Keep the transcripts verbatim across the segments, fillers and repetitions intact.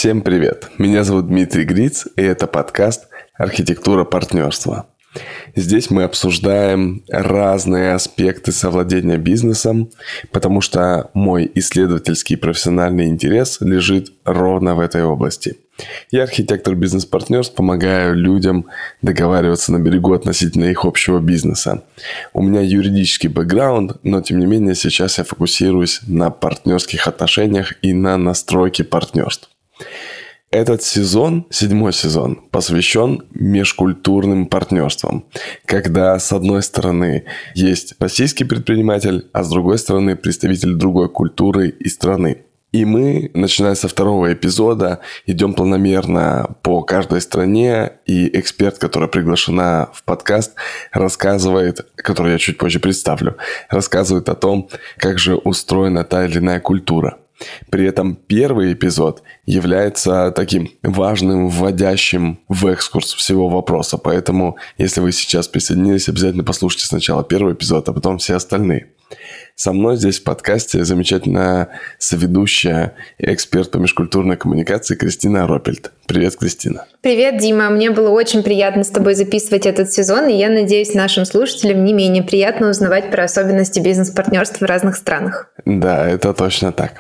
Всем привет! Меня зовут Дмитрий Гриц, и это подкаст «Архитектура партнерства». Здесь мы обсуждаем разные аспекты совладения бизнесом, потому что мой исследовательский профессиональный интерес лежит ровно в этой области. Я архитектор бизнес-партнерств, помогаю людям договариваться на берегу относительно их общего бизнеса. У меня юридический бэкграунд, но тем не менее сейчас я фокусируюсь на партнерских отношениях и на настройке партнерств. Этот сезон, седьмой сезон, посвящен межкультурным партнерствам, когда с одной стороны есть российский предприниматель, а с другой стороны представитель другой культуры и страны. И мы, начиная со второго эпизода, идем планомерно по каждой стране, и эксперт, которая приглашена в подкаст, рассказывает, который я чуть позже представлю, рассказывает о том, как же устроена та или иная культура. При этом первый эпизод является таким важным, вводящим в экскурс всего вопроса. Поэтому, если вы сейчас присоединились, обязательно послушайте сначала первый эпизод, а потом все остальные. Со мной здесь в подкасте замечательная соведущая и эксперт по межкультурной коммуникации Кристина Роппельт. Привет, Кристина. Привет, Дима. Мне было очень приятно с тобой записывать этот сезон, и я надеюсь, нашим слушателям не менее приятно узнавать про особенности бизнес-партнерств в разных странах. Да, это точно так.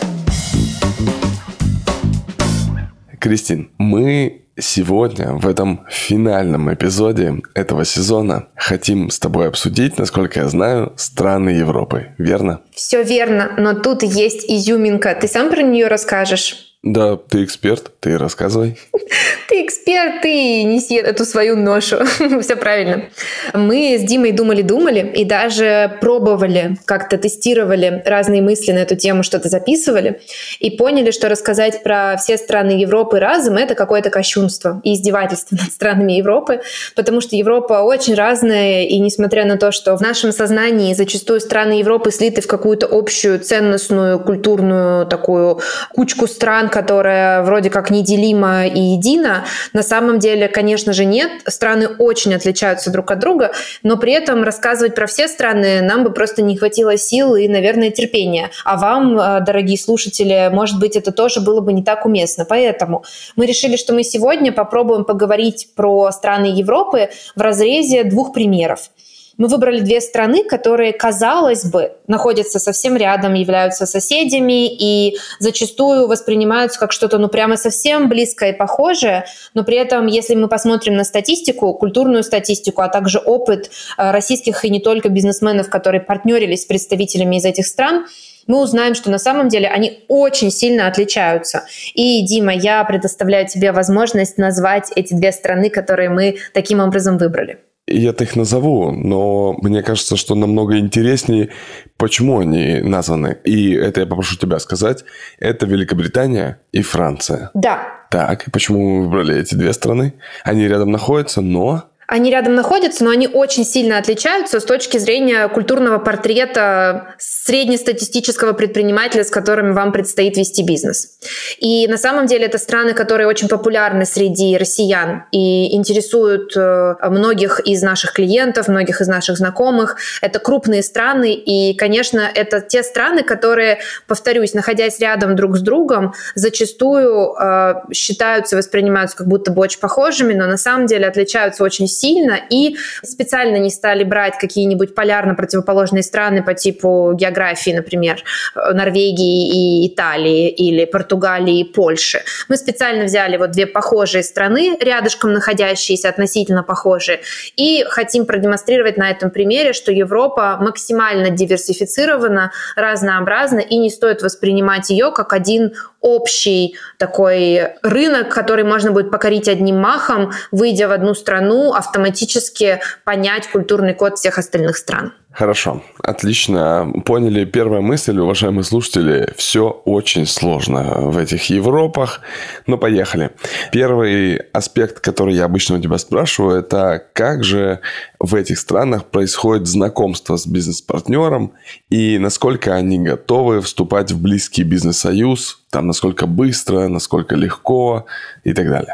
Кристин, мы сегодня в этом финальном эпизоде этого сезона хотим с тобой обсудить, насколько я знаю, страны Европы, верно? Все верно, но тут есть изюминка. Ты сам про нее расскажешь? Да, ты эксперт, ты рассказывай. Ты эксперт, ты неси эту свою ношу. Все правильно. Мы с Димой думали-думали и даже пробовали, как-то тестировали разные мысли на эту тему, что-то записывали, и поняли, что рассказать про все страны Европы разом — это какое-то кощунство и издевательство над странами Европы, потому что Европа очень разная, и несмотря на то, что в нашем сознании зачастую страны Европы слиты в какую-то общую ценностную, культурную такую кучку стран, которая вроде как неделима и едина, на самом деле, конечно же, нет. Страны очень отличаются друг от друга, но при этом рассказывать про все страны нам бы просто не хватило сил и, наверное, терпения. А вам, дорогие слушатели, может быть, это тоже было бы не так уместно. Поэтому мы решили, что мы сегодня попробуем поговорить про страны Европы в разрезе двух примеров. Мы выбрали две страны, которые, казалось бы, находятся совсем рядом, являются соседями и зачастую воспринимаются как что-то ну прямо совсем близкое и похожее, но при этом, если мы посмотрим на статистику, культурную статистику, а также опыт российских и не только бизнесменов, которые партнерились с представителями из этих стран, мы узнаем, что на самом деле они очень сильно отличаются. И, Дима, я предоставляю тебе возможность назвать эти две страны, которые мы таким образом выбрали. Я-то их назову, но мне кажется, что намного интереснее, почему они названы. И это я попрошу тебя сказать. Это Великобритания и Франция. Да. Так, и почему мы выбрали эти две страны? Они рядом находятся, но... Они рядом находятся, но они очень сильно отличаются с точки зрения культурного портрета среднестатистического предпринимателя, с которым вам предстоит вести бизнес. И на самом деле это страны, которые очень популярны среди россиян и интересуют многих из наших клиентов, многих из наших знакомых. Это крупные страны, и, конечно, это те страны, которые, повторюсь, находясь рядом друг с другом, зачастую э, считаются, воспринимаются как будто бы очень похожими, но на самом деле отличаются очень сильно. сильно, и специально не стали брать какие-нибудь полярно противоположные страны по типу географии, например, Норвегии и Италии, или Португалии и Польши. Мы специально взяли вот две похожие страны, рядышком находящиеся, относительно похожие, и хотим продемонстрировать на этом примере, что Европа максимально диверсифицирована, разнообразна, и не стоит воспринимать ее как один общий такой рынок, который можно будет покорить одним махом, выйдя в одну страну, автоматически понять культурный код всех остальных стран. Хорошо, отлично. Поняли. Первая мысль, уважаемые слушатели, все очень сложно в этих Европах. Но поехали. Первый аспект, который я обычно у тебя спрашиваю, это как же в этих странах происходит знакомство с бизнес-партнером и насколько они готовы вступать в близкий бизнес-союз, там, насколько быстро, насколько легко и так далее.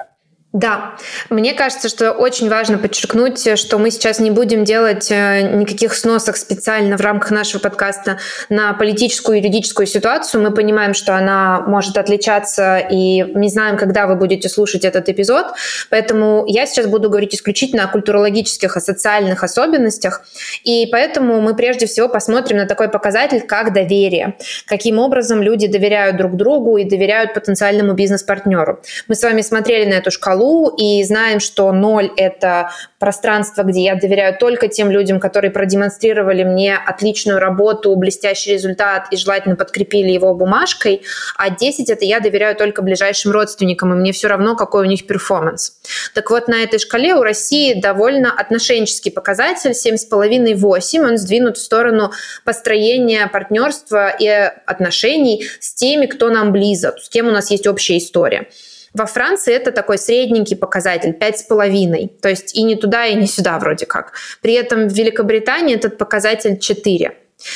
Да, мне кажется, что очень важно подчеркнуть, что мы сейчас не будем делать никаких сносок специально в рамках нашего подкаста на политическую и юридическую ситуацию. Мы понимаем, что она может отличаться, и не знаем, когда вы будете слушать этот эпизод. Поэтому я сейчас буду говорить исключительно о культурологических и социальных особенностях. И поэтому мы прежде всего посмотрим на такой показатель, как доверие. Каким образом люди доверяют друг другу и доверяют потенциальному бизнес-партнеру. Мы с вами смотрели на эту шкалу и знаем, что ноль — это пространство, где я доверяю только тем людям, которые продемонстрировали мне отличную работу, блестящий результат и желательно подкрепили его бумажкой, а десять — это я доверяю только ближайшим родственникам, и мне все равно, какой у них перформанс. Так вот, на этой шкале у России довольно отношенческий показатель семь с половиной - восемь, он сдвинут в сторону построения партнерства и отношений с теми, кто нам близок, с кем у нас есть общая история. Во Франции это такой средненький показатель, пять с половиной, то есть и не туда, и не сюда вроде как. При этом в Великобритании этот показатель четыре.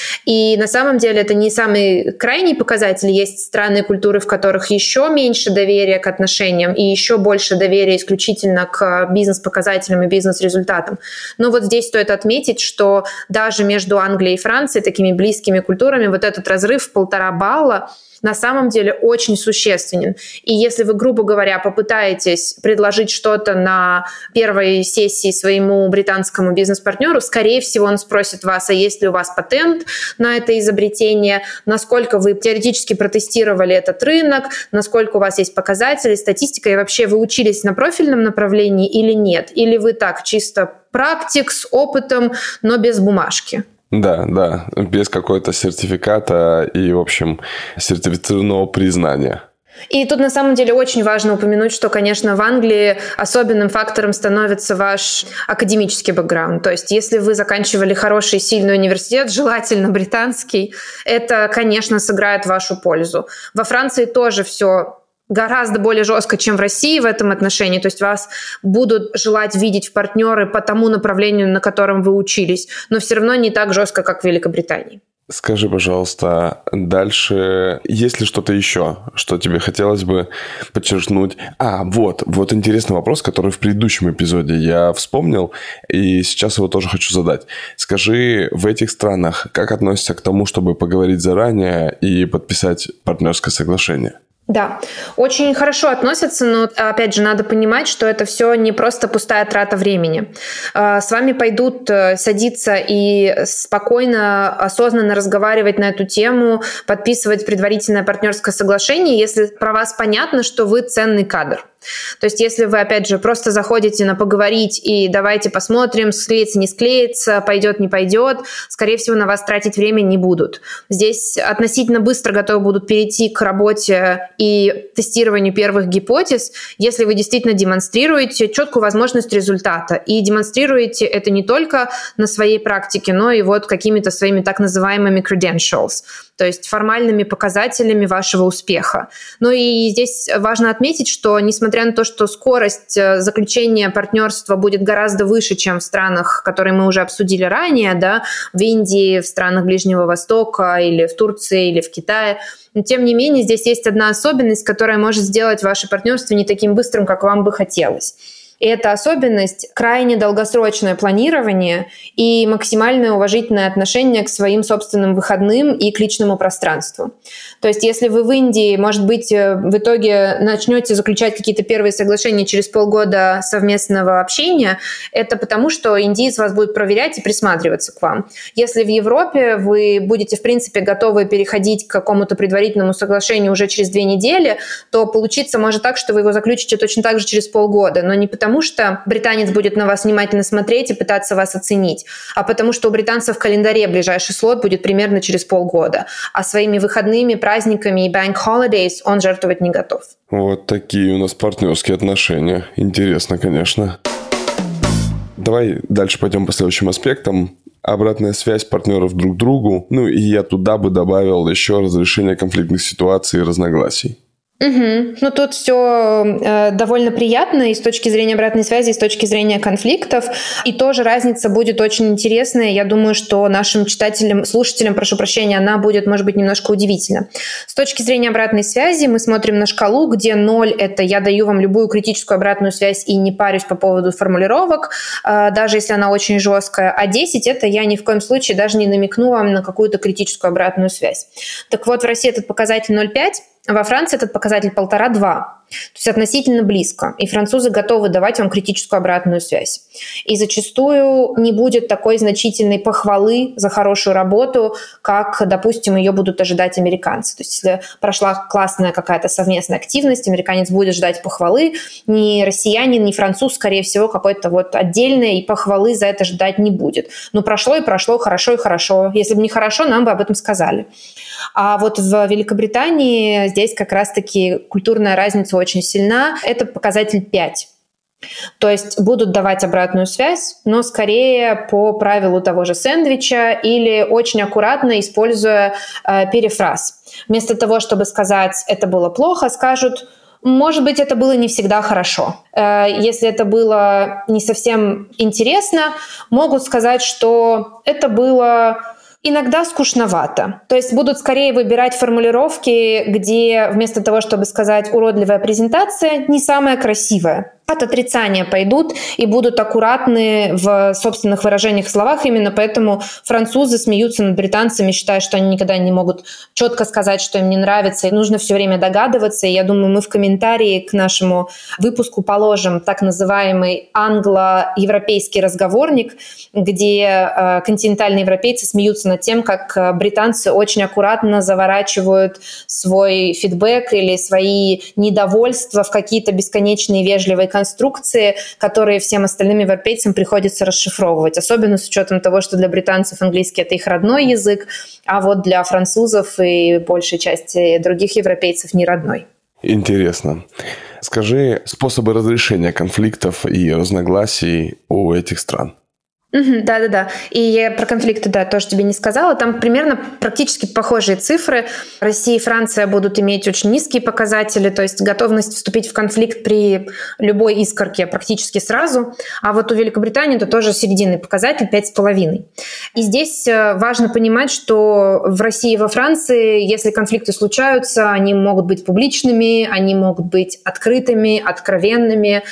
И на самом деле это не самый крайний показатель. Есть страны и культуры, в которых еще меньше доверия к отношениям и еще больше доверия исключительно к бизнес-показателям и бизнес-результатам. Но вот здесь стоит отметить, что даже между Англией и Францией, такими близкими культурами, вот этот разрыв в полтора балла на самом деле очень существенен. И если вы, грубо говоря, попытаетесь предложить что-то на первой сессии своему британскому бизнес-партнеру, скорее всего, он спросит вас, а есть ли у вас патент на это изобретение, насколько вы теоретически протестировали этот рынок, насколько у вас есть показатели, статистика, и вообще вы учились на профильном направлении или нет, или вы так чисто практик с опытом, но без бумажки. Да, да, без какой-то сертификата и, в общем, сертифицированного признания. И тут на самом деле очень важно упомянуть, что, конечно, в Англии особенным фактором становится ваш академический бэкграунд. То есть если вы заканчивали хороший, сильный университет, желательно британский, это, конечно, сыграет в вашу пользу. Во Франции тоже все гораздо более жестко, чем в России в этом отношении. То есть вас будут желать видеть в партнеры по тому направлению, на котором вы учились, но все равно не так жестко, как в Великобритании. Скажи, пожалуйста, дальше, есть ли что-то еще, что тебе хотелось бы подчеркнуть? А, вот, вот интересный вопрос, который в предыдущем эпизоде я вспомнил, и сейчас его тоже хочу задать. Скажи, в этих странах как относятся к тому, чтобы поговорить заранее и подписать партнерское соглашение? Да, очень хорошо относятся, но, опять же, надо понимать, что это все не просто пустая трата времени. С вами пойдут садиться и спокойно, осознанно разговаривать на эту тему, подписывать предварительное партнерское соглашение, если про вас понятно, что вы ценный кадр. То есть если вы, опять же, просто заходите на поговорить и давайте посмотрим, склеится, не склеится, пойдет, не пойдет, скорее всего, на вас тратить время не будут. Здесь относительно быстро готовы будут перейти к работе и тестированию первых гипотез, если вы действительно демонстрируете четкую возможность результата. И демонстрируете это не только на своей практике, но и вот какими-то своими так называемыми credentials, то есть формальными показателями вашего успеха. Ну и здесь важно отметить, что несмотря на то, что скорость заключения партнерства будет гораздо выше, чем в странах, которые мы уже обсудили ранее, да, в Индии, в странах Ближнего Востока или в Турции, или в Китае, но тем не менее здесь есть одна особенность, которая может сделать ваше партнерство не таким быстрым, как вам бы хотелось. И эта особенность – крайне долгосрочное планирование и максимальное уважительное отношение к своим собственным выходным и к личному пространству. То есть если вы в Индии, может быть, в итоге начнете заключать какие-то первые соглашения через полгода совместного общения, это потому, что индиец вас будет проверять и присматриваться к вам. Если в Европе вы будете, в принципе, готовы переходить к какому-то предварительному соглашению уже через две недели, то получиться может так, что вы его заключите точно так же через полгода, но не потому, потому что британец будет на вас внимательно смотреть и пытаться вас оценить, а потому что у британцев в календаре ближайший слот будет примерно через полгода, а своими выходными, праздниками и bank holidays он жертвовать не готов. Вот такие у нас партнерские отношения. Интересно, конечно. Давай дальше пойдем по следующим аспектам. Обратная связь партнеров друг к другу. Ну и я туда бы добавил еще разрешение конфликтных ситуаций и разногласий. Угу. Ну, тут все э, довольно приятно и с точки зрения обратной связи, и с точки зрения конфликтов. И тоже разница будет очень интересная. Я думаю, что нашим читателям, слушателям, прошу прощения, она будет, может быть, немножко удивительна. С точки зрения обратной связи мы смотрим на шкалу, где ноль — это я даю вам любую критическую обратную связь и не парюсь по поводу формулировок, э, даже если она очень жесткая. А десять — это я ни в коем случае даже не намекну вам на какую-то критическую обратную связь. Так вот, в России этот показатель ноль целых пять десятых, во Франции этот показатель полтора-два. То есть относительно близко. И французы готовы давать вам критическую обратную связь. И зачастую не будет такой значительной похвалы за хорошую работу, как, допустим, ее будут ожидать американцы. То есть если прошла классная какая-то совместная активность, американец будет ждать похвалы, ни россиянин, ни француз, скорее всего, какой-то вот отдельной похвалы за это ждать не будет. Ну, прошло и прошло, хорошо и хорошо. Если бы не хорошо, нам бы об этом сказали. А вот в Великобритании здесь как раз-таки культурная разница очень сильна. Это показатель пять. То есть будут давать обратную связь, но скорее по правилу того же сэндвича или очень аккуратно, используя э, перефраз. Вместо того, чтобы сказать «это было плохо», скажут «может быть, это было не всегда хорошо». Э, если это было не совсем интересно, могут сказать, что это было иногда скучновато. То есть будут скорее выбирать формулировки, где вместо того, чтобы сказать «уродливая презентация», не самая красивая. От отрицания пойдут и будут аккуратны в собственных выражениях, словах. Именно поэтому французы смеются над британцами, считая, что они никогда не могут четко сказать, что им не нравится. И нужно все время догадываться. И я думаю, мы в комментарии к нашему выпуску положим так называемый англо-европейский разговорник, где э, континентальные европейцы смеются над тем, как британцы очень аккуратно заворачивают свой фидбэк или свои недовольства в какие-то бесконечные вежливые конструкции, которые всем остальным европейцам приходится расшифровывать. Особенно с учетом того, что для британцев английский — это их родной язык, а вот для французов и большей части других европейцев не родной. Интересно. Скажи способы разрешения конфликтов и разногласий у этих стран. Угу, да-да-да. И я про конфликты, да, тоже тебе не сказала. Там примерно практически похожие цифры. Россия и Франция будут иметь очень низкие показатели, то есть готовность вступить в конфликт при любой искорке практически сразу. А вот у Великобритании это тоже серединный показатель, пять с половиной. И здесь важно понимать, что в России и во Франции, если конфликты случаются, они могут быть публичными, они могут быть открытыми, откровенными.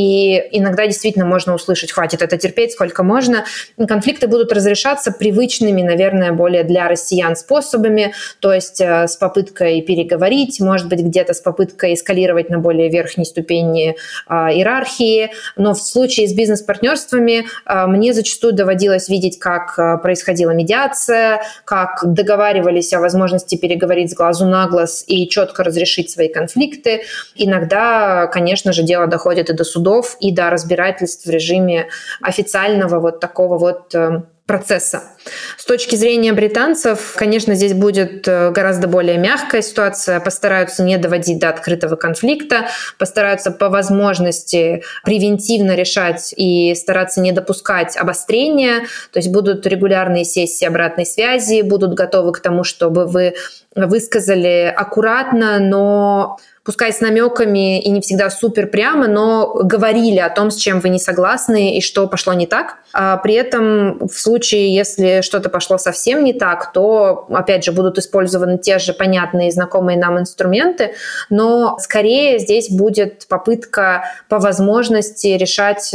И иногда действительно можно услышать: хватит это терпеть, сколько можно. Конфликты будут разрешаться привычными, наверное, более для россиян способами, то есть э, с попыткой переговорить, может быть, где-то с попыткой эскалировать на более верхней ступени э, иерархии. Но в случае с бизнес-партнерствами э, мне зачастую доводилось видеть, как э, происходила медиация, как договаривались о возможности переговорить с глазу на глаз и четко разрешить свои конфликты. Иногда, конечно же, дело доходит и до судов, и до разбирательств в режиме официального вот такого вот э, процесса. С точки зрения британцев, конечно, здесь будет гораздо более мягкая ситуация. Постараются не доводить до открытого конфликта, постараются по возможности превентивно решать и стараться не допускать обострения. То есть будут регулярные сессии обратной связи, будут готовы к тому, чтобы вы высказали аккуратно, но пускай с намеками и не всегда супер прямо, но говорили о том, с чем вы не согласны и что пошло не так. А при этом в случае, если что-то пошло совсем не так, то, опять же, будут использованы те же понятные и знакомые нам инструменты, но скорее здесь будет попытка по возможности решать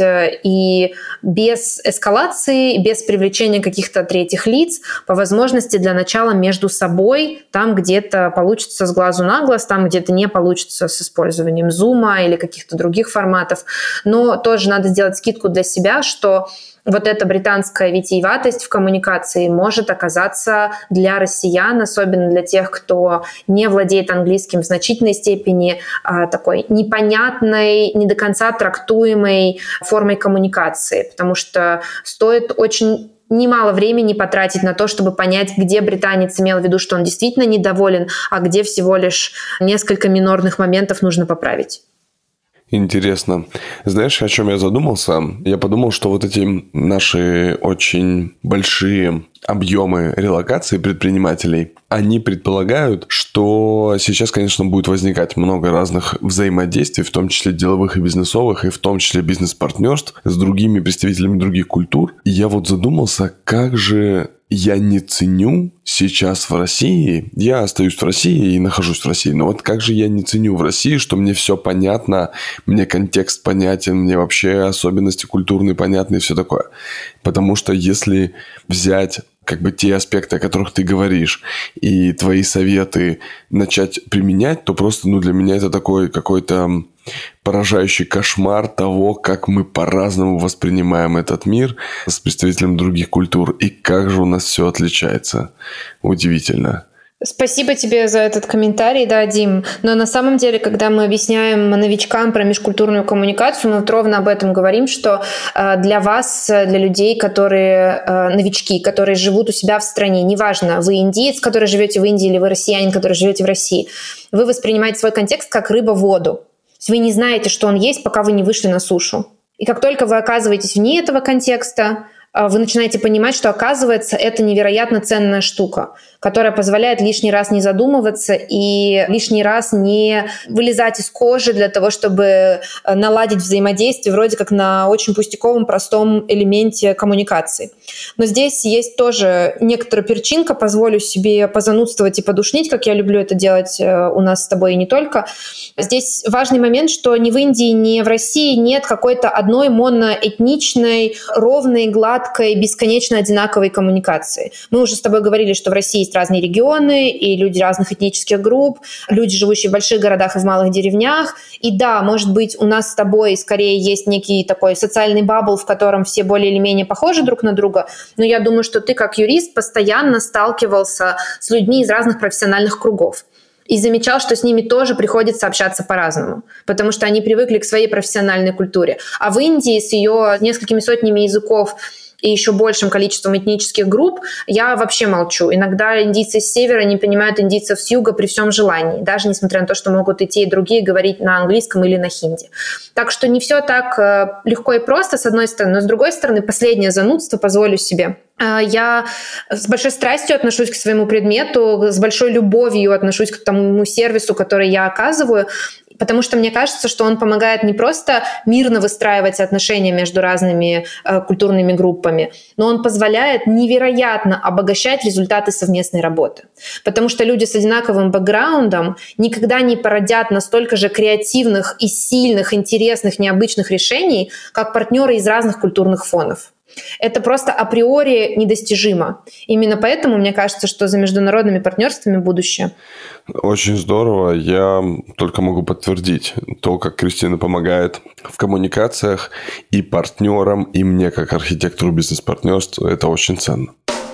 и без эскалации, без привлечения каких-то третьих лиц, по возможности для начала между собой, там где-то получится с глазу на глаз, там где-то не получится с использованием Zoom или каких-то других форматов. Но тоже надо сделать скидку для себя, что вот эта британская витиеватость в коммуникации может оказаться для россиян, особенно для тех, кто не владеет английским в значительной степени, такой непонятной, не до конца трактуемой формой коммуникации, потому что стоит очень немало времени потратить на то, чтобы понять, где британец имел в виду, что он действительно недоволен, а где всего лишь несколько минорных моментов нужно поправить. Интересно. Знаешь, о чем я задумался? Я подумал, что вот эти наши очень большие объемы релокации предпринимателей, они предполагают, что сейчас, конечно, будет возникать много разных взаимодействий, в том числе деловых и бизнесовых, и в том числе бизнес-партнерств с другими представителями других культур. И я вот задумался, как же я не ценю сейчас в России, я остаюсь в России и нахожусь в России, но вот как же я не ценю в России, что мне все понятно, мне контекст понятен, мне вообще особенности культурные понятны и все такое. Потому что если взять как бы те аспекты, о которых ты говоришь, и твои советы начать применять, то просто, ну, для меня это такой какой-то поражающий кошмар того, как мы по-разному воспринимаем этот мир с представителями других культур, и как же у нас все отличается. Удивительно. Спасибо тебе за этот комментарий, да, Дим. Но на самом деле, когда мы объясняем новичкам про межкультурную коммуникацию, мы вот ровно об этом говорим, что э, для вас, для людей, которые э, новички, которые живут у себя в стране, неважно, вы индиец, который живете в Индии, или вы россиянин, который живете в России, вы воспринимаете свой контекст как рыба в воду. То есть вы не знаете, что он есть, пока вы не вышли на сушу. И как только вы оказываетесь вне этого контекста, вы начинаете понимать, что, оказывается, это невероятно ценная штука, которая позволяет лишний раз не задумываться и лишний раз не вылезать из кожи для того, чтобы наладить взаимодействие вроде как на очень пустяковом, простом элементе коммуникации. Но здесь есть тоже некоторая перчинка, позволю себе позанудствовать и подушнить, как я люблю это делать у нас с тобой и не только. Здесь важный момент, что ни в Индии, ни в России нет какой-то одной моноэтничной, ровной, гладкой, бесконечно одинаковой коммуникации. Мы уже с тобой говорили, что в России есть разные регионы и люди разных этнических групп, люди, живущие в больших городах и в малых деревнях. И да, может быть, у нас с тобой скорее есть некий такой социальный бабл, в котором все более или менее похожи друг на друга, но я думаю, что ты как юрист постоянно сталкивался с людьми из разных профессиональных кругов. И замечал, что с ними тоже приходится общаться по-разному, потому что они привыкли к своей профессиональной культуре. А в Индии с ее несколькими сотнями языков и еще большим количеством этнических групп я вообще молчу. Иногда индийцы с севера не понимают индийцев с юга при всем желании, даже несмотря на то, что могут и те, и другие говорить на английском или на хинди. Так что не все так легко и просто, с одной стороны, но с другой стороны, последнее занудство позволю себе. Я с большой страстью отношусь к своему предмету, с большой любовью отношусь к тому сервису, который я оказываю, потому что мне кажется, что он помогает не просто мирно выстраивать отношения между разными э, культурными группами, но он позволяет невероятно обогащать результаты совместной работы. Потому что люди с одинаковым бэкграундом никогда не породят настолько же креативных и сильных, интересных, необычных решений, как партнеры из разных культурных фонов. Это просто априори недостижимо. Именно поэтому мне кажется, что за международными партнерствами будущее. Очень здорово. Я только могу подтвердить то, как Кристина помогает в коммуникациях и партнерам, и мне, как архитектору бизнес-партнерств. Это очень ценно.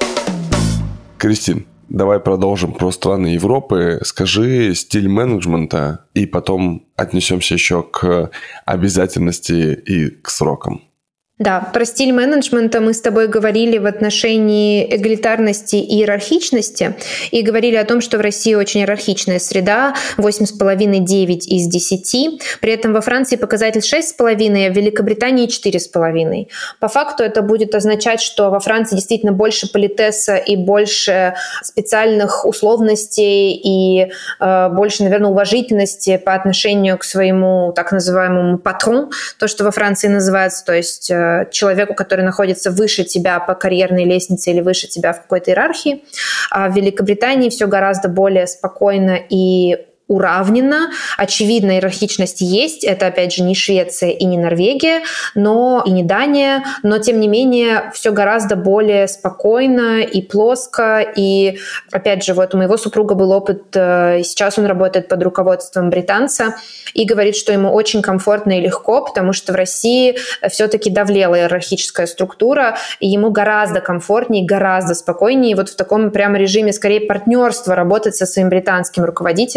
Кристин, давай продолжим про страны Европы. Скажи стиль менеджмента, и потом отнесемся еще к обязательности и к срокам. Да, про стиль менеджмента мы с тобой говорили в отношении эгалитарности и иерархичности, и говорили о том, что в России очень иерархичная среда, восемь с половиной - девять из десяти, при этом во Франции показатель шесть с половиной, а в Великобритании четыре с половиной. По факту это будет означать, что во Франции действительно больше политеса и больше специальных условностей и э, больше, наверное, уважительности по отношению к своему так называемому патрон, то, что во Франции называется, то есть э, человеку, который находится выше тебя по карьерной лестнице или выше тебя в какой-то иерархии. А в Великобритании все гораздо более спокойно и уравнено. Очевидно, иерархичность есть. Это, опять же, не Швеция и не Норвегия, но и не Дания. Но, тем не менее, все гораздо более спокойно и плоско. И, опять же, вот у моего супруга был опыт, сейчас он работает под руководством британца и говорит, что ему очень комфортно и легко, потому что в России все-таки давлела иерархическая структура, и ему гораздо комфортнее, гораздо спокойнее вот в таком прямо режиме, скорее, партнерства работать со своим британским руководителем.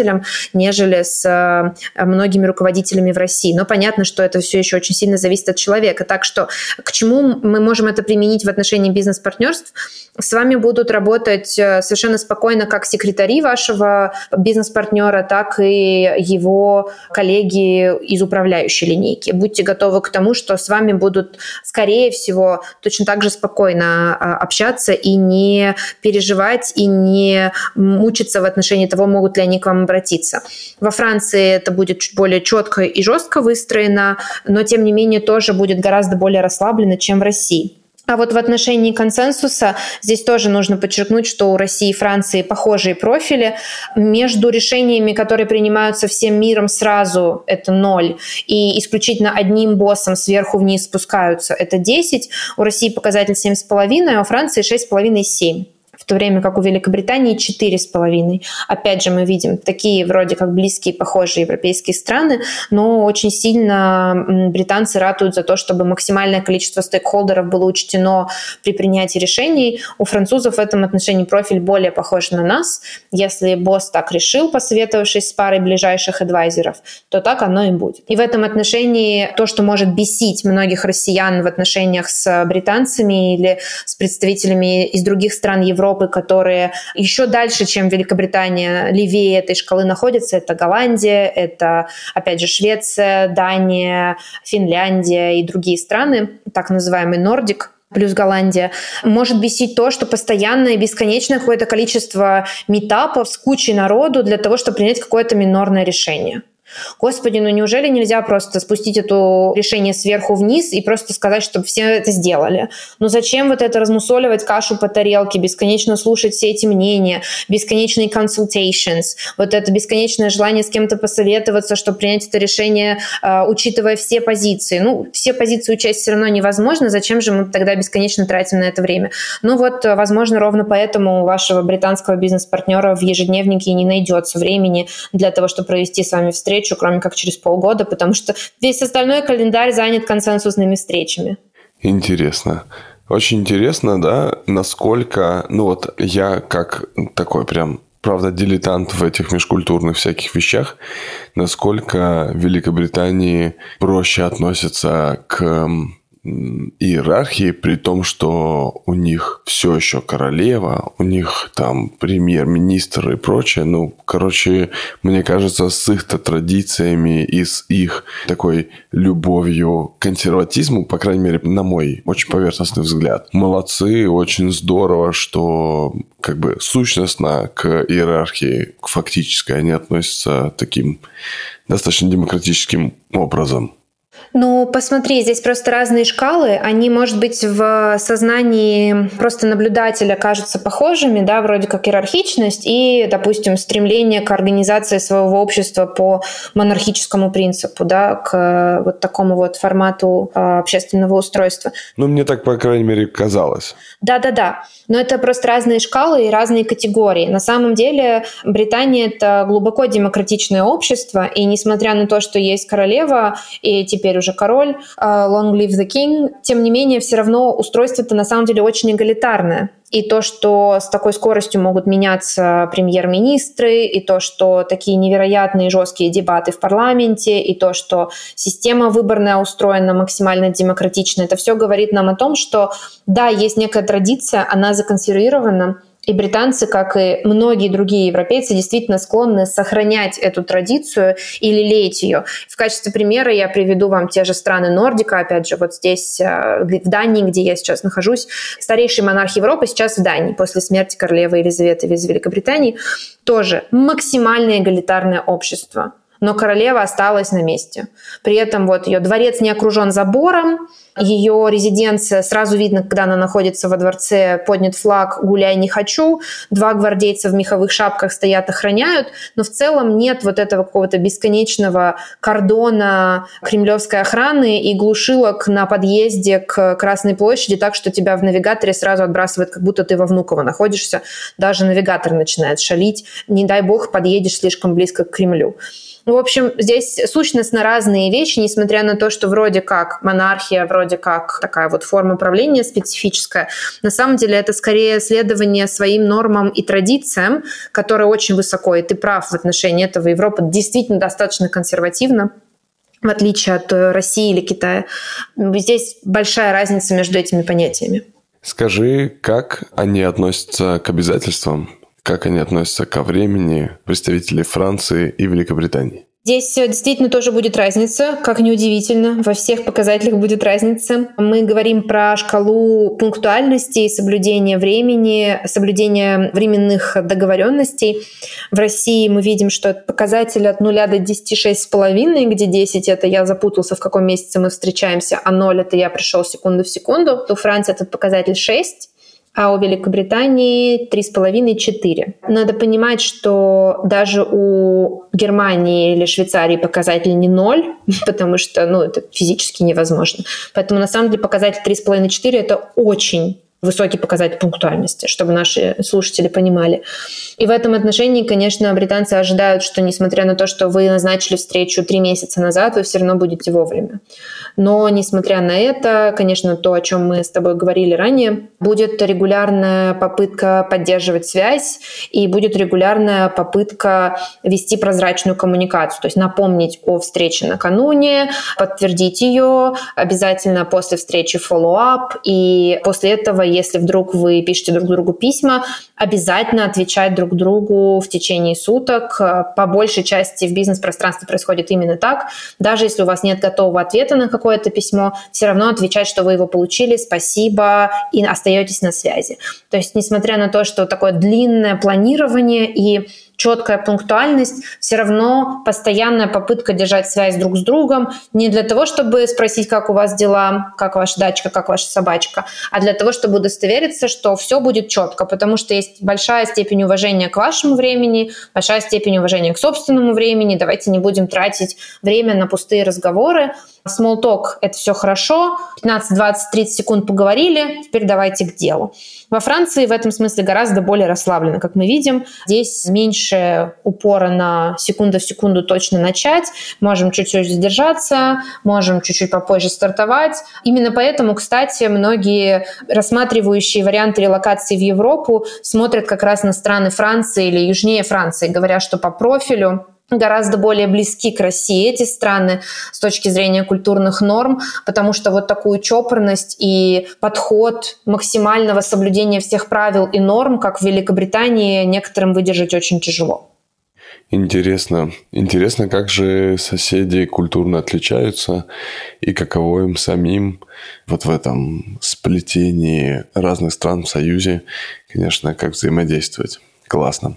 нежели с многими руководителями в России. Но понятно, что это все еще очень сильно зависит от человека. Так что к чему мы можем это применить в отношении бизнес-партнерств? С вами будут работать совершенно спокойно как секретари вашего бизнес-партнера, так и его коллеги из управляющей линейки. Будьте готовы к тому, что с вами будут, скорее всего, точно так же спокойно общаться и не переживать, и не мучиться в отношении того, могут ли они к вам обратиться. Во Франции это будет чуть более четко и жестко выстроено, но, тем не менее, тоже будет гораздо более расслаблено, чем в России. А вот в отношении консенсуса здесь тоже нужно подчеркнуть, что у России и Франции похожие профили. Между решениями, которые принимаются всем миром сразу, это ноль, и исключительно одним боссом сверху вниз спускаются, это десять. У России показатель семь целых пять десятых, а у Франции шесть целых пять десятых - семь. В то время как у Великобритании четыре с половиной. Опять же, мы видим такие вроде как близкие, похожие европейские страны, но очень сильно британцы ратуют за то, чтобы максимальное количество стейкхолдеров было учтено при принятии решений. У французов в этом отношении профиль более похож на нас. Если босс так решил, посоветовавшись с парой ближайших адвайзеров, то так оно и будет. И в этом отношении то, что может бесить многих россиян в отношениях с британцами или с представителями из других стран Европы, которые еще дальше, чем Великобритания, левее этой шкалы находятся. Это Голландия, это, опять же, Швеция, Дания, Финляндия и другие страны, так называемый Нордик, плюс Голландия. Может бесить то, что постоянное и бесконечное какое-то количество митапов с кучей народу для того, чтобы принять какое-то минорное решение. Господи, ну неужели нельзя просто спустить это решение сверху вниз и просто сказать, чтобы все это сделали? Ну зачем вот это размусоливать кашу по тарелке, бесконечно слушать все эти мнения, бесконечные consultations, вот это бесконечное желание с кем-то посоветоваться, чтобы принять это решение, э, учитывая все позиции. Ну, все позиции учесть все равно невозможно, зачем же мы тогда бесконечно тратим на это время? Ну вот, возможно, ровно поэтому у вашего британского бизнес-партнера в ежедневнике не найдется времени для того, чтобы провести с вами встречу, кроме как через полгода, потому что весь остальной календарь занят консенсусными встречами. Интересно. Очень интересно, да, насколько, ну вот я как такой прям, правда, дилетант в этих межкультурных всяких вещах, насколько в Великобритании проще относятся к иерархии, при том, что у них все еще королева, у них там премьер-министр и прочее. Ну, короче, мне кажется, с их-то традициями и с их такой любовью к консерватизму, по крайней мере, на мой очень поверхностный взгляд, молодцы, очень здорово, что как бы сущностно к иерархии, к фактической, они относятся таким достаточно демократическим образом. Ну, посмотри, здесь просто разные шкалы, они, может быть, в сознании просто наблюдателя кажутся похожими, да, вроде как иерархичность и, допустим, стремление к организации своего общества по монархическому принципу, да, к вот такому вот формату э, общественного устройства. Ну, мне так, по крайней мере, казалось. Да-да-да, но это просто разные шкалы и разные категории. На самом деле Британия — это глубоко демократичное общество, и несмотря на то, что есть королева и теперь уже король, long live the king, тем не менее, все равно устройство-то на самом деле очень эгалитарное. И то, что с такой скоростью могут меняться премьер-министры, и то, что такие невероятные жесткие дебаты в парламенте, и то, что система выборная устроена максимально демократично, это все говорит нам о том, что да, есть некая традиция, она законсервирована, и британцы, как и многие другие европейцы, действительно склонны сохранять эту традицию и лелеять ее. В качестве примера я приведу вам те же страны Нордика. Опять же, вот здесь, в Дании, где я сейчас нахожусь, старейший монарх Европы сейчас в Дании после смерти королевы Елизаветы из Великобритании. Тоже максимально эгалитарное общество. Но королева осталась на месте. При этом вот ее дворец не окружен забором, ее резиденция, сразу видно, когда она находится во дворце, поднят флаг «Гуляй, не хочу», два гвардейца в меховых шапках стоят, охраняют, но в целом нет вот этого какого-то бесконечного кордона кремлевской охраны и глушилок на подъезде к Красной площади, так что тебя в навигаторе сразу отбрасывает, как будто ты во Внуково находишься. Даже навигатор начинает шалить. Не дай бог, подъедешь слишком близко к Кремлю. В общем, здесь сущностно разные вещи, несмотря на то, что вроде как монархия, вроде как такая вот форма правления специфическая. На самом деле это скорее следование своим нормам и традициям, которые очень высоко, и ты прав в отношении этого. Европа действительно достаточно консервативна, в отличие от России или Китая. Здесь большая разница между этими понятиями. Скажи, как они относятся к обязательствам, как они относятся ко времени представителей Франции и Великобритании? Здесь действительно тоже будет разница, как неудивительно, во всех показателях будет разница. Мы говорим про шкалу пунктуальности и соблюдения времени, соблюдения временных договоренностей. В России мы видим, что это показатель от нуля до десяти шесть с половиной, где десять — это я запутался, в каком месяце мы встречаемся, а ноль — это я пришел секунду в секунду. У Франции этот показатель шесть, а у Великобритании три с половиной — четыре. Надо понимать, что даже у Германии или Швейцарии показатель не ноль, потому что ну, это физически невозможно. Поэтому на самом деле показатель три с половиной — четыре — это очень высокий показатель пунктуальности, чтобы наши слушатели понимали. И в этом отношении, конечно, британцы ожидают, что несмотря на то, что вы назначили встречу три месяца назад, вы все равно будете вовремя. Но, несмотря на это, конечно, то, о чем мы с тобой говорили ранее, будет регулярная попытка поддерживать связь и будет регулярная попытка вести прозрачную коммуникацию, то есть напомнить о встрече накануне, подтвердить ее, обязательно после встречи follow-up, и после этого, если вдруг вы пишете друг другу письма, обязательно отвечать друг другу в течение суток. По большей части в бизнес-пространстве происходит именно так. Даже если у вас нет готового ответа на какое-то письмо, все равно отвечать, что вы его получили, спасибо, и остаетесь на связи. То есть, несмотря на то, что такое длинное планирование и четкая пунктуальность, все равно постоянная попытка держать связь друг с другом не для того, чтобы спросить, как у вас дела, как ваша дачка, как ваша собачка, а для того, чтобы удостовериться, что все будет четко, потому что есть большая степень уважения к вашему времени, большая степень уважения к собственному времени. Давайте не будем тратить время на пустые разговоры. Small talk — это все хорошо, пятнадцать, двадцать, тридцать секунд поговорили, теперь давайте к делу. Во Франции в этом смысле гораздо более расслаблено, как мы видим. Здесь меньше упора на секунду в секунду точно начать, можем чуть-чуть задержаться, можем чуть-чуть попозже стартовать. Именно поэтому, кстати, многие рассматривающие варианты релокации в Европу смотрят как раз на страны Франции или южнее Франции, говоря, что по профилю гораздо более близки к России эти страны с точки зрения культурных норм, потому что вот такую чопорность и подход максимального соблюдения всех правил и норм, как в Великобритании, некоторым выдержать очень тяжело. Интересно. Интересно, как же соседи культурно отличаются и каково им самим вот в этом сплетении разных стран в Союзе, конечно, как взаимодействовать. Классно.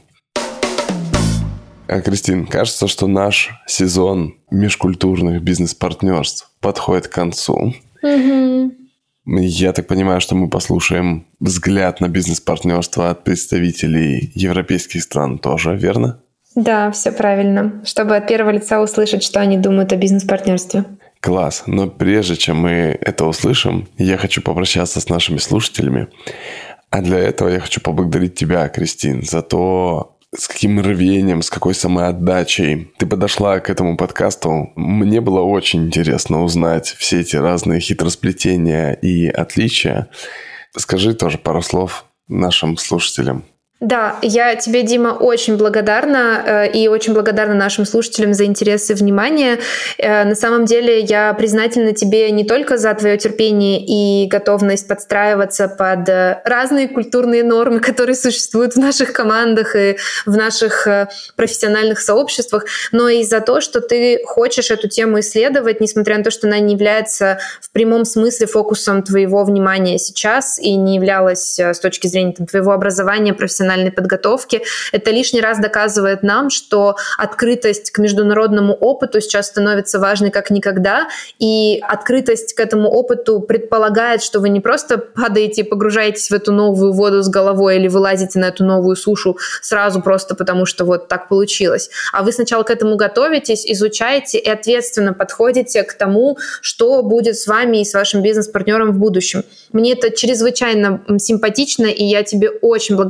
А, Кристин, кажется, что наш сезон межкультурных бизнес-партнерств подходит к концу. Mm-hmm. Я так понимаю, что мы послушаем взгляд на бизнес-партнерство от представителей европейских стран тоже, верно? Да, все правильно. Чтобы от первого лица услышать, что они думают о бизнес-партнерстве. Класс. Но прежде чем мы это услышим, я хочу попрощаться с нашими слушателями. А для этого я хочу поблагодарить тебя, Кристин, за то, с каким рвением, с какой самоотдачей ты подошла к этому подкасту. Мне было очень интересно узнать все эти разные хитросплетения и отличия. Скажи тоже пару слов нашим слушателям. Да, я тебе, Дима, очень благодарна э, и очень благодарна нашим слушателям за интерес и внимание. Э, на самом деле я признательна тебе не только за твое терпение и готовность подстраиваться под э, разные культурные нормы, которые существуют в наших командах и в наших э, профессиональных сообществах, но и за то, что ты хочешь эту тему исследовать, несмотря на то, что она не является в прямом смысле фокусом твоего внимания сейчас и не являлась э, с точки зрения там, твоего образования, профессионального подготовки. Это лишний раз доказывает нам, что открытость к международному опыту сейчас становится важной как никогда, и открытость к этому опыту предполагает, что вы не просто падаете и погружаетесь в эту новую воду с головой или вылазите на эту новую сушу сразу просто потому, что вот так получилось, а вы сначала к этому готовитесь, изучаете и ответственно подходите к тому, что будет с вами и с вашим бизнес-партнером в будущем. Мне это чрезвычайно симпатично, и я тебе очень благодарна еще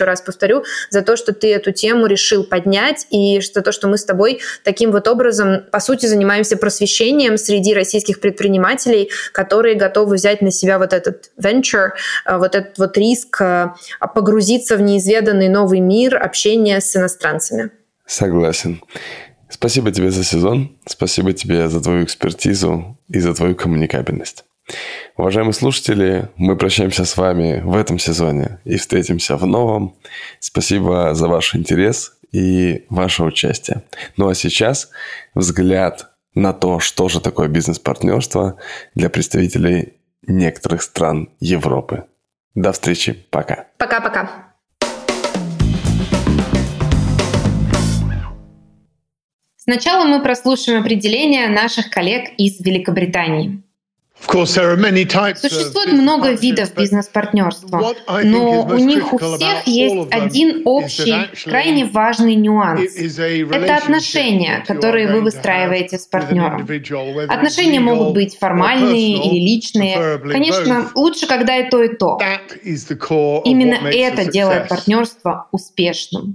еще раз повторю, за то, что ты эту тему решил поднять, и за то, что мы с тобой таким вот образом, по сути, занимаемся просвещением среди российских предпринимателей, которые готовы взять на себя вот этот venture, вот этот вот риск погрузиться в неизведанный новый мир общения с иностранцами. Согласен. Спасибо тебе за сезон, спасибо тебе за твою экспертизу и за твою коммуникабельность. Уважаемые слушатели, мы прощаемся с вами в этом сезоне и встретимся в новом. Спасибо за ваш интерес и ваше участие. Ну а сейчас взгляд на то, что же такое бизнес-партнерство для представителей некоторых стран Европы. До встречи, пока. Пока-пока. Сначала мы прослушаем определение наших коллег из Великобритании. Существует много видов бизнес-партнерства, но у них у всех есть один общий, крайне важный нюанс. Это отношения, которые вы выстраиваете с партнером. Отношения могут быть формальные или личные. Конечно, лучше, когда и то, и то. Именно это делает партнерство успешным.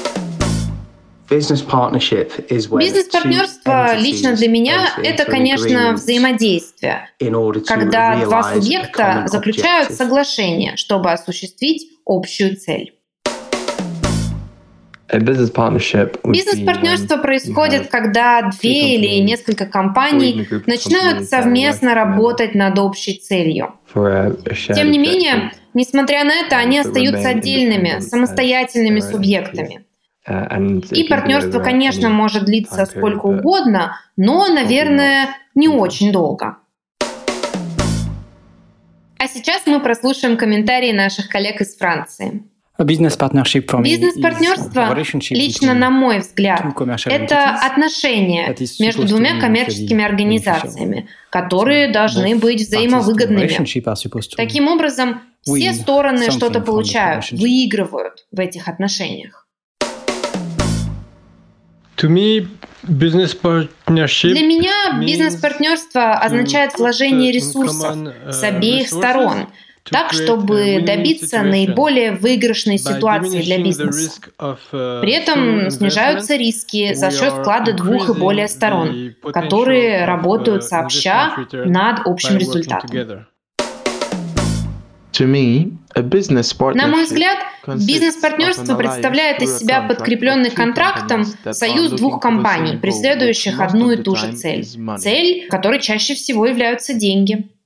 Бизнес-партнерство лично для меня — это, конечно, взаимодействие, когда два субъекта заключают соглашение, чтобы осуществить общую цель. Бизнес-партнерство происходит, когда две или несколько компаний начинают совместно работать над общей целью. Тем не менее, несмотря на это, они остаются отдельными, самостоятельными субъектами. И партнерство, конечно, может длиться сколько угодно, но, наверное, не очень долго. А сейчас мы прослушаем комментарии наших коллег из Франции. Бизнес-партнерство, лично на мой взгляд, это отношения между двумя коммерческими организациями, которые должны быть взаимовыгодными. Таким образом, все стороны что-то получают, выигрывают в этих отношениях. Для меня бизнес-партнерство означает вложение ресурсов с обеих сторон, так, чтобы добиться наиболее выигрышной ситуации для бизнеса. При этом снижаются риски за счет вклада двух и более сторон, которые работают сообща над общим результатом. На мой взгляд, бизнес-партнерство представляет из себя подкрепленный контрактом союз двух компаний, преследующих одну и ту же цель. Цель, которой чаще всего являются деньги.